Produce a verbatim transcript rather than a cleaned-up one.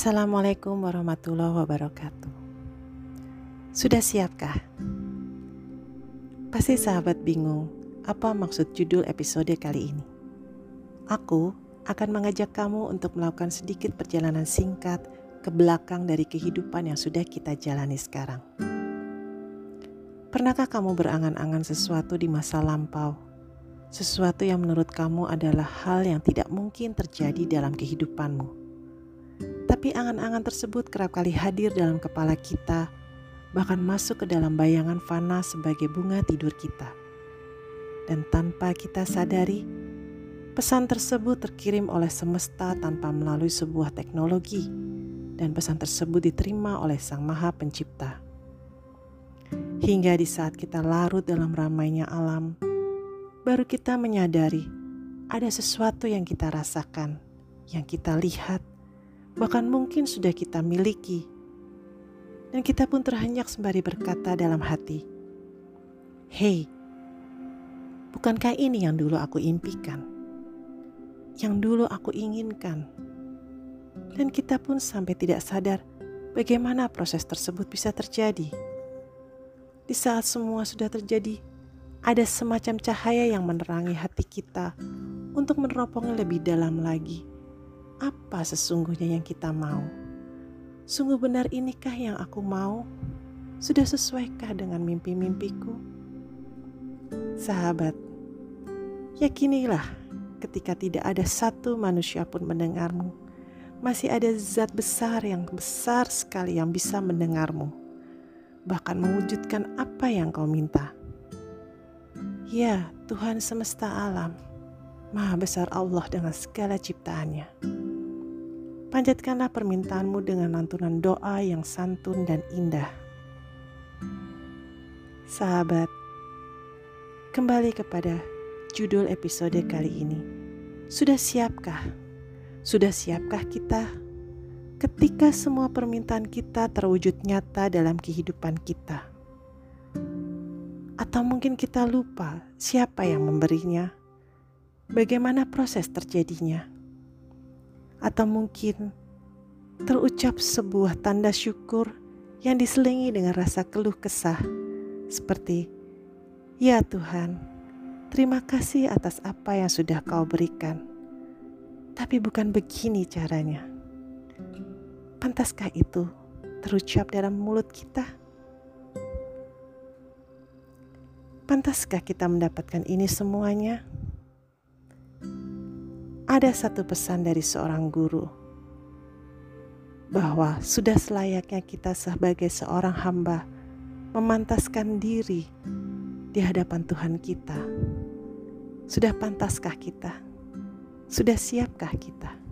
Assalamualaikum warahmatullahi wabarakatuh. Sudah siapkah? Pasti sahabat bingung apa maksud judul episode kali ini. Aku akan mengajak kamu untuk melakukan sedikit perjalanan singkat ke belakang dari kehidupan yang sudah kita jalani sekarang. Pernahkah kamu berangan-angan sesuatu di masa lampau? Sesuatu yang menurut kamu adalah hal yang tidak mungkin terjadi dalam kehidupanmu. Tapi angan-angan tersebut kerap kali hadir dalam kepala kita, bahkan masuk ke dalam bayangan fana sebagai bunga tidur kita. Dan tanpa kita sadari, pesan tersebut terkirim oleh semesta tanpa melalui sebuah teknologi, dan pesan tersebut diterima oleh Sang Maha Pencipta. Hingga di saat kita larut dalam ramainya alam, baru kita menyadari ada sesuatu yang kita rasakan, yang kita lihat, bahkan mungkin sudah kita miliki. Dan kita pun terhenyak sembari berkata dalam hati, "Hei, bukankah ini yang dulu aku impikan? Yang dulu aku inginkan?" Dan kita pun sampai tidak sadar bagaimana proses tersebut bisa terjadi. Di saat semua sudah terjadi, ada semacam cahaya yang menerangi hati kita untuk meneropongi lebih dalam lagi. Apa sesungguhnya yang kita mau? Sungguh benar inikah yang aku mau? Sudah sesuaikah dengan mimpi-mimpiku? Sahabat, yakinilah ketika tidak ada satu manusia pun mendengarmu, masih ada zat besar yang besar sekali yang bisa mendengarmu, bahkan mewujudkan apa yang kau minta. Ya, Tuhan semesta alam, Maha besar Allah dengan segala ciptaannya. Panjatkanlah permintaanmu dengan lantunan doa yang santun dan indah. Sahabat, kembali kepada judul episode kali ini. Sudah siapkah? Sudah siapkah kita ketika semua permintaan kita terwujud nyata dalam kehidupan kita? Atau mungkin kita lupa siapa yang memberinya? Bagaimana proses terjadinya? Atau mungkin terucap sebuah tanda syukur yang diselingi dengan rasa keluh kesah, seperti, "Ya Tuhan, terima kasih atas apa yang sudah Kau berikan. Tapi bukan begini caranya." Pantaskah itu terucap dalam mulut kita? Pantaskah kita mendapatkan ini semuanya? Ada satu pesan dari seorang guru bahwa sudah selayaknya kita sebagai seorang hamba memantaskan diri di hadapan Tuhan kita. Sudah pantaskah kita? Sudah siapkah kita?